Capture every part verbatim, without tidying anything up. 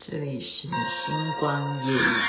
这里是星光夜语。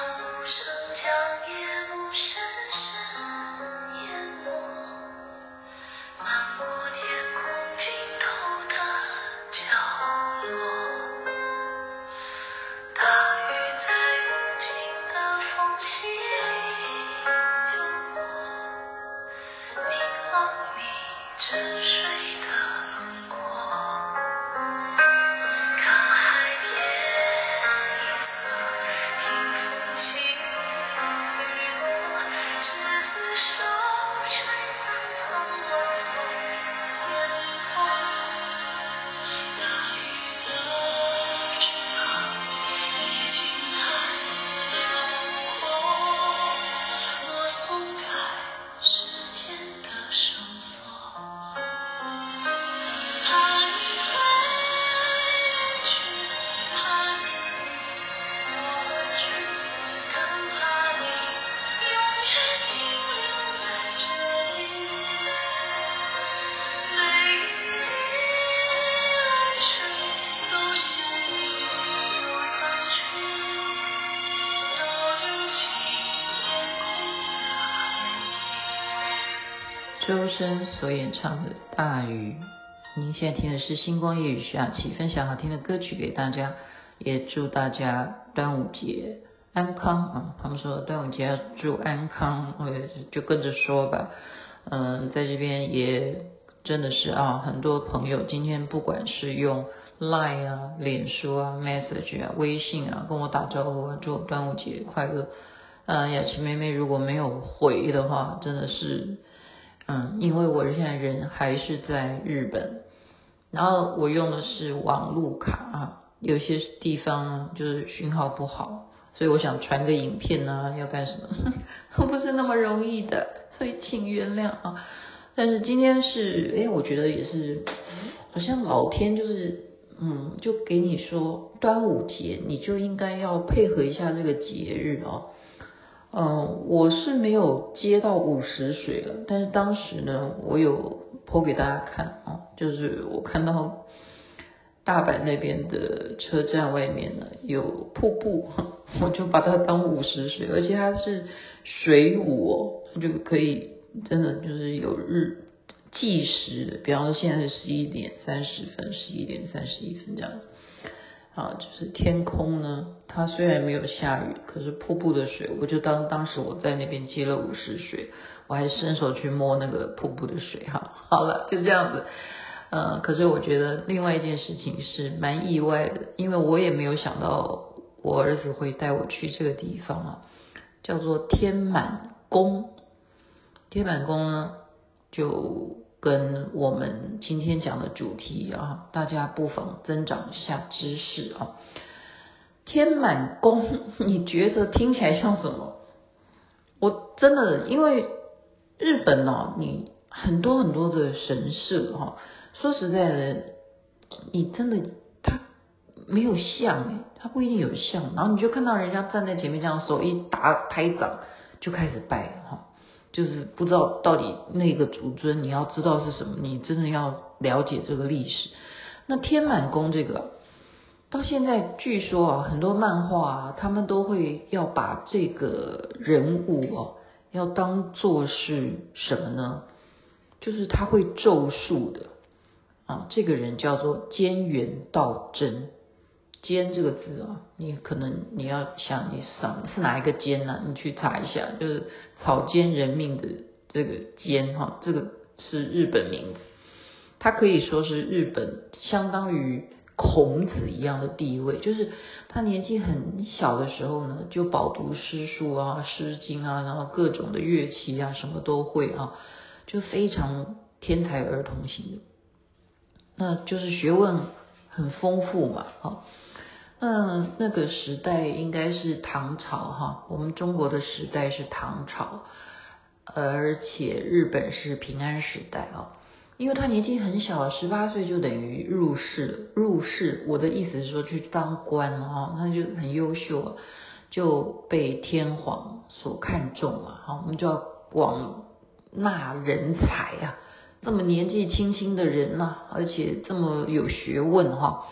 周深所演唱的《大鱼》，您现在听的是星光夜语徐雅琪分享好听的歌曲给大家，也祝大家端午节安康啊！他们说端午节要祝安康，我也就跟着说吧。嗯，在这边也真的是啊，很多朋友今天不管是用 Line 啊、脸书啊、Message 啊、微信啊跟我打招呼啊，祝我端午节快乐。嗯，雅琪妹妹如果没有回的话，真的是。嗯，因为我现在人还是在日本，然后我用的是网路卡啊，有些地方就是讯号不好，所以我想传个影片啊，要干什么，不是那么容易的，所以请原谅啊。但是今天是，哎，我觉得也是，好像老天就是，嗯，就给你说端午节，你就应该要配合一下这个节日哦。嗯，我是没有接到午时水了，但是当时呢，我有 po 给大家看啊，就是我看到大阪那边的车站外面呢有瀑布，我就把它当午时水，而且它是水舞哦，就可以真的就是有日计时的，比方说现在是十一点三十分、十一点三十一分这样子。啊，就是天空呢，它虽然没有下雨，可是瀑布的水，我就当当时我在那边接了午时水，我还伸手去摸那个瀑布的水哈。好了，就这样子。呃，可是我觉得另外一件事情是蛮意外的，因为我也没有想到我儿子会带我去这个地方啊，叫做天满宫。天满宫呢，就跟我们今天讲的主题啊，大家不妨增长一下知识啊。天满宫，你觉得听起来像什么？我真的因为日本哦，你很多很多的神社哈，说实在的，你真的它没有像诶，它不一定有像，然后你就看到人家站在前面这样手一打拍掌就开始拜哈。就是不知道到底那个主尊，你要知道是什么，你真的要了解这个历史。那天满宫这个，到现在据说啊，很多漫画啊，他们都会要把这个人物哦，要当作是什么呢？就是他会咒术的啊，这个人叫做菅原道真。菅这个字啊，你可能你要想你上是哪一个菅呢、啊？你去查一下，就是草菅人命的这个菅哈，这个是日本名字，它可以说是日本相当于孔子一样的地位，就是他年纪很小的时候呢，就饱读诗书啊、诗经啊，然后各种的乐器啊，什么都会啊，就非常天才儿童型的，那就是学问很丰富嘛，哈。那那个时代应该是唐朝哈，我们中国的时代是唐朝，而且日本是平安时代啊。因为他年纪很小，十八岁就等于入仕，入仕，我的意思是说去当官啊，他就很优秀，就被天皇所看重嘛，好，我们就要广纳人才啊，这么年纪轻轻的人啊，而且这么有学问哈。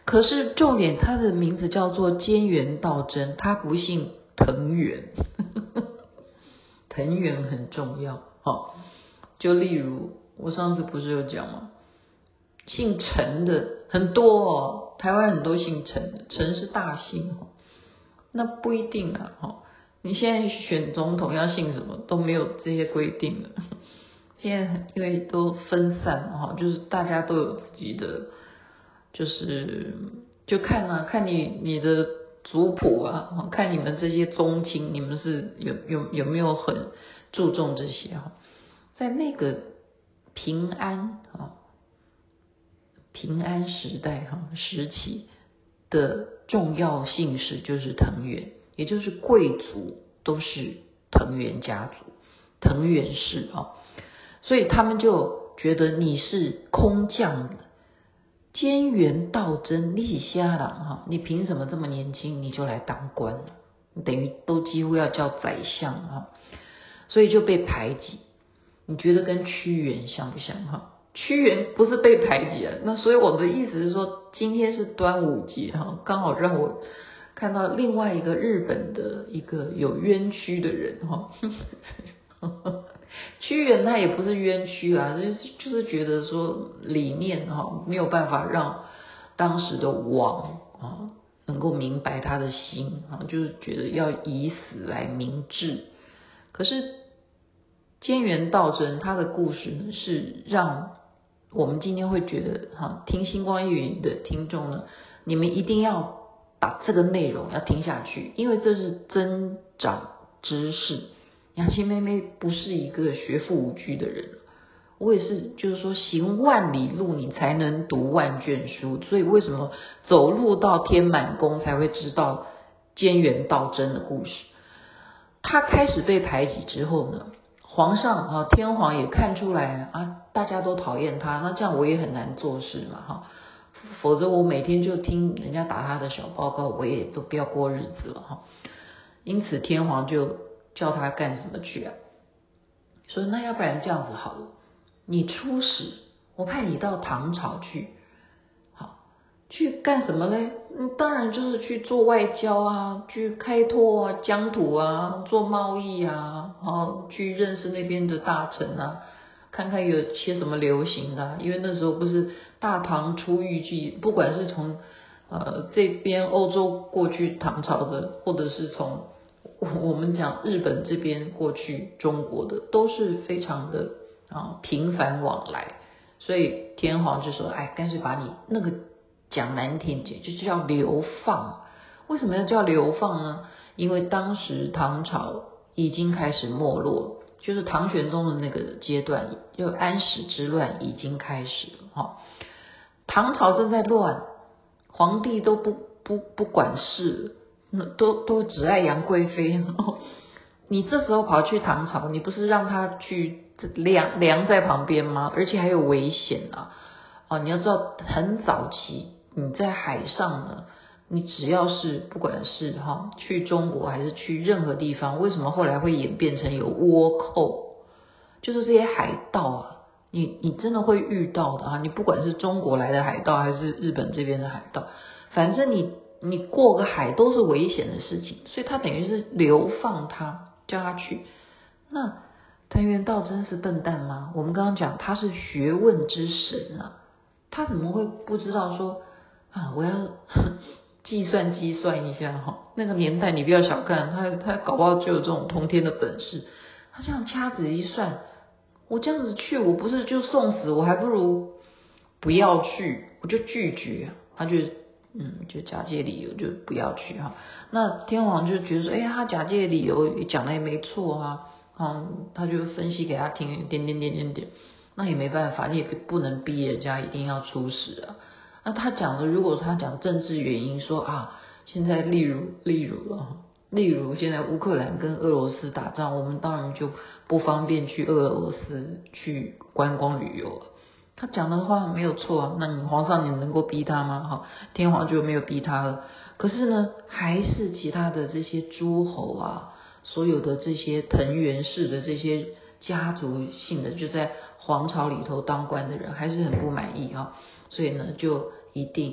可是重点，他的名字叫做菅原道真，他不姓藤原，藤原很重要。哦，就例如我上次不是有讲吗？姓陈的很多哦，台湾很多姓陈的，陈是大姓哦，那不一定啊。哦，你现在选总统要姓什么都没有这些规定了。现在因为都分散哈，就是大家都有自己的，就是就看啊，看你你的族谱啊，看你们这些宗亲，你们是有有有没有很注重这些哈？在那个平安啊平安时代哈时期的重要姓氏就是藤原，也就是贵族都是藤原家族，藤原氏啊。所以他们就觉得你是空降的菅原道真，你是瞎人哈，你凭什么这么年轻你就来当官了？你等于都几乎要叫宰相哈，所以就被排挤。你觉得跟屈原像不像哈？屈原不是被排挤啊，那所以我的意思是说，今天是端午节哈，刚好让我看到另外一个日本的一个有冤屈的人哈。屈原他也不是冤屈啊，就是就是觉得说理念哈没有办法让当时的王啊能够明白他的心啊，就是觉得要以死来明志。可是菅原道真他的故事呢，是让我们今天会觉得哈，听星光夜语的听众呢，你们一定要把这个内容要听下去，因为这是增长知识。雅琪妹妹不是一个学富五车的人，我也是，就是说行万里路你才能读万卷书，所以为什么走路到天满宫才会知道菅原道真的故事。他开始被排挤之后呢，皇上啊天皇也看出来啊，大家都讨厌他，那这样我也很难做事嘛哈，否则我每天就听人家打他的小报告，我也都不要过日子了哈。因此天皇就叫他干什么去啊？说那要不然这样子好了，你出使，我派你到唐朝去，好，去干什么嘞？嗯，当然就是去做外交啊，去开拓啊疆土啊，做贸易啊，好，去认识那边的大臣啊，看看有些什么流行的啊，因为那时候不是大唐出御记，不管是从呃这边欧洲过去唐朝的，或者是从我们讲日本这边过去中国的，都是非常的啊频繁往来，所以天皇就说，哎，干脆把你那个讲难听点，就叫流放。为什么要叫流放呢？因为当时唐朝已经开始没落，就是唐玄宗的那个阶段，就安史之乱已经开始了哈。唐朝正在乱，皇帝都不不不管事了，都都只爱杨贵妃。你这时候跑去唐朝，你不是让他去凉凉在旁边吗？而且还有危险啊！哦，你要知道，很早期你在海上呢，你只要是不管是哈去中国还是去任何地方，为什么后来会演变成有倭寇？就是这些海盗啊，你你真的会遇到的啊！你不管是中国来的海盗还是日本这边的海盗，反正你你过个海都是危险的事情，所以他等于是流放他，叫他去。那藤原道真是笨蛋吗？我们刚刚讲他是学问之神啊，他怎么会不知道说啊，我要计算计算一下哈？那个年代你不要小看他，他搞不好就有这种通天的本事。他这样掐指一算，我这样子去，我不是就送死，我还不如不要去，我就拒绝。他就嗯，就假借理由就不要去哈。那天皇就觉得说，哎呀，他假借理由讲的也没错啊，嗯，他就分析给他听，点点点点点，那也没办法，你也不能逼人家一定要出使啊。那他讲的，如果他讲政治原因，说啊，现在例如例如啊，例如现在乌克兰跟俄罗斯打仗，我们当然就不方便去俄罗斯去观光旅游了。他讲的话没有错啊，那你皇上你能够逼他吗？哈，天皇就没有逼他了。可是呢，还是其他的这些诸侯啊，所有的这些藤原氏的这些家族性的就在皇朝里头当官的人，还是很不满意啊。所以呢，就一定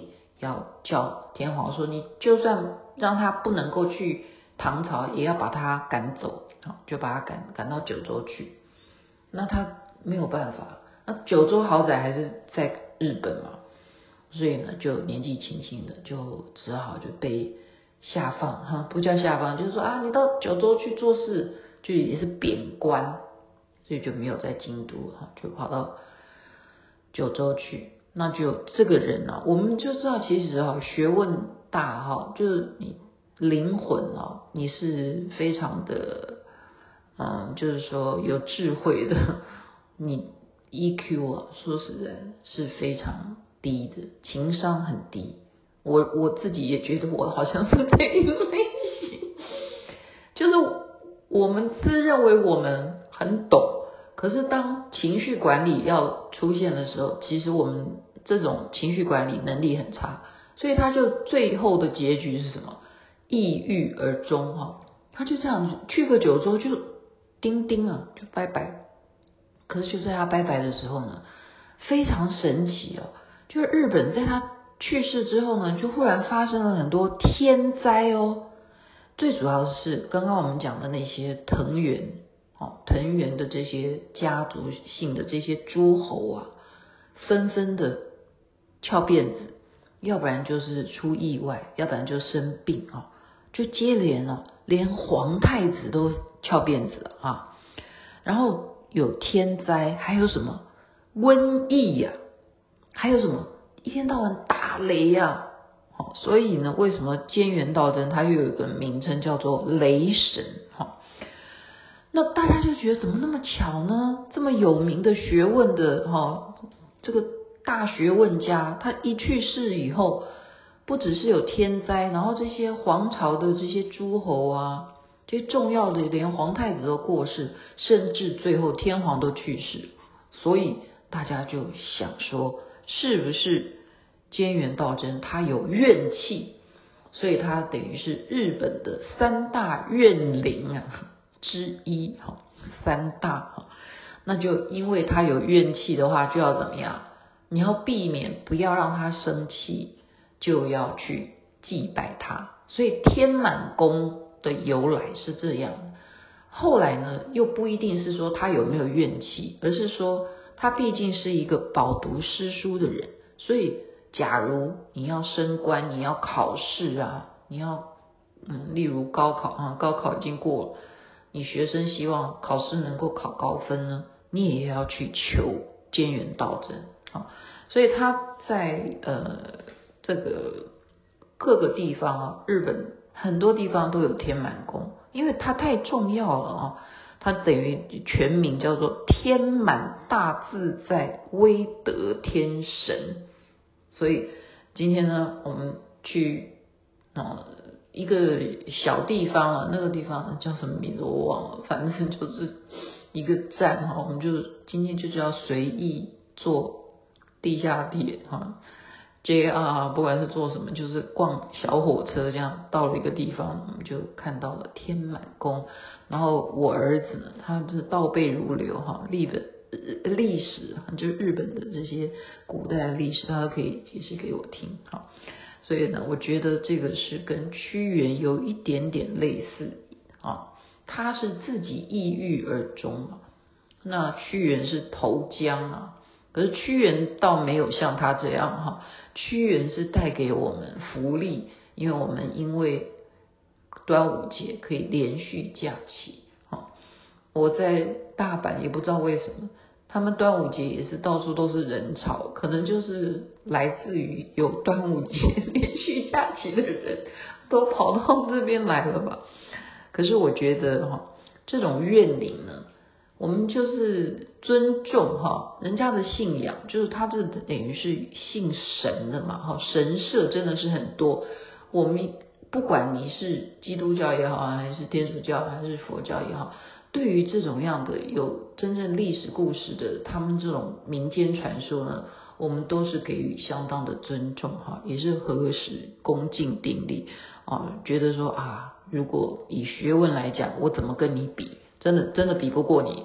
要叫天皇说，你就算让他不能够去唐朝，也要把他赶走，就把他赶赶到九州去。那他没有办法，那九州好歹还是在日本嘛，所以呢，就年纪轻轻的就只好就被下放哈，不叫下放，就是说啊，你到九州去做事，就也是贬官，所以就没有在京都哈，就跑到九州去。那就这个人啊，我们就知道其实哈，学问大哈，就是你灵魂啊，你是非常的，嗯，就是说有智慧的，你 E Q 啊，说实在是非常低的，情商很低。我我自己也觉得我好像是这一类型，就是我们自认为我们很懂，可是当情绪管理要出现的时候，其实我们这种情绪管理能力很差，所以他就最后的结局是什么？抑郁而终哈，他就这样去个九州就叮叮了，就拜拜。可是就在他拜拜的时候呢，非常神奇哦，就是日本在他去世之后呢，就忽然发生了很多天灾哦。最主要是刚刚我们讲的那些藤原哦，藤原的这些家族性的这些诸侯啊，纷纷的翘辫子，要不然就是出意外，要不然就生病啊，就接连了，连皇太子都翘辫子了啊。然后有天灾，还有什么瘟疫呀、啊，还有什么一天到晚打雷呀、啊。好，所以呢，为什么菅原道真他又有一个名称叫做雷神？好，那大家就觉得怎么那么巧呢？这么有名的学问的哈，这个大学问家，他一去世以后，不只是有天灾，然后这些皇朝的这些诸侯啊，这些重要的连皇太子都过世，甚至最后天皇都去世，所以大家就想说，是不是菅原道真他有怨气，所以他等于是日本的三大怨灵啊之一哈，三大哈，那就因为他有怨气的话，就要怎么样？你要避免不要让他生气，就要去祭拜他。所以天满宫的由来是这样。后来呢，又不一定是说他有没有怨气，而是说他毕竟是一个饱读诗书的人，所以假如你要升官，你要考试啊，你要嗯，例如高考啊，高考已经过了，你学生希望考试能够考高分呢，你也要去求菅原道真啊。所以他在呃这个各个地方啊，日本很多地方都有天满宫，因为它太重要了啊。它等于全名叫做天满大自在威德天神。所以今天呢，我们去呃一个小地方啊，那个地方叫什么名字我忘了，反正就是一个站哈，我们就今天就是要随意坐地下铁哈 ，J R 不管是坐什么，就是逛小火车这样，到了一个地方，我们就看到了天满宫。然后我儿子呢，他是倒背如流哈，历本历史就是日本的这些古代的历史，他都可以解释给我听哈。所以呢，我觉得这个是跟屈原有一点点类似啊，他是自己抑郁而终嘛，那屈原是投江啊，可是屈原倒没有像他这样哈，屈原是带给我们福利，因为我们因为端午节可以连续假期啊，我在大阪也不知道为什么。他们端午节也是到处都是人潮，可能就是来自于有端午节连续假期的人都跑到这边来了吧。可是我觉得哈，这种怨灵呢，我们就是尊重哈人家的信仰，就是他这等于是信神的嘛哈，神社真的是很多。我们不管你是基督教也好，还是天主教还是佛教也好，对于这种样的有真正历史故事的他们这种民间传说呢，我们都是给予相当的尊重哈，也是核实恭敬顶礼啊，觉得说啊，如果以学问来讲，我怎么跟你比，真的真的比不过你，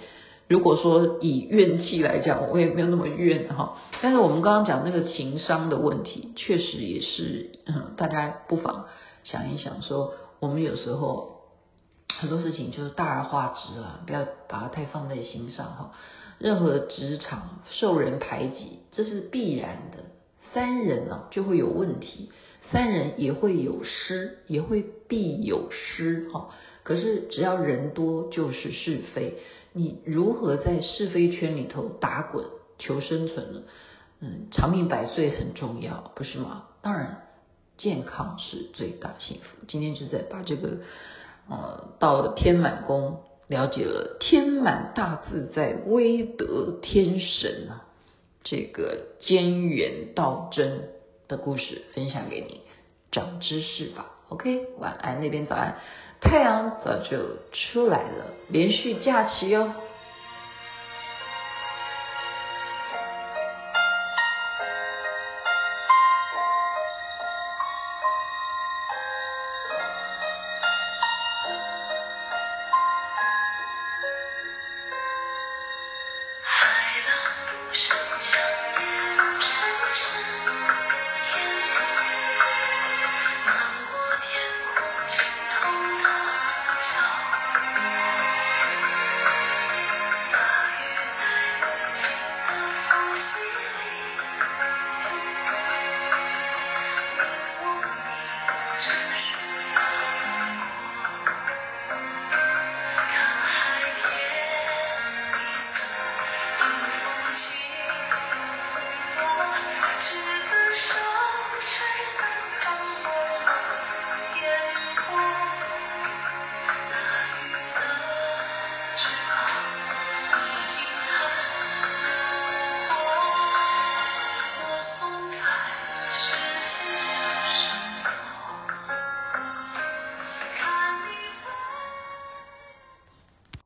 如果说以怨气来讲，我也没有那么怨哈。但是我们刚刚讲那个情商的问题，确实也是，嗯，大家不妨想一想说，我们有时候很多事情就是大而化之啊，不要把它太放在心上哈。任何职场受人排挤，这是必然的。三人啊就会有问题，三人也会有失，也会必有失哈。可是只要人多就是是非，你如何在是非圈里头打滚求生存呢？嗯，长命百岁很重要，不是吗？当然，健康是最大幸福。今天就在把这个呃，到了天满宫，了解了天满大自在，威德天神啊，这个兼元道真的故事分享给你，长知识吧。OK， 晚安，那边早安，太阳早就出来了，连续假期哦。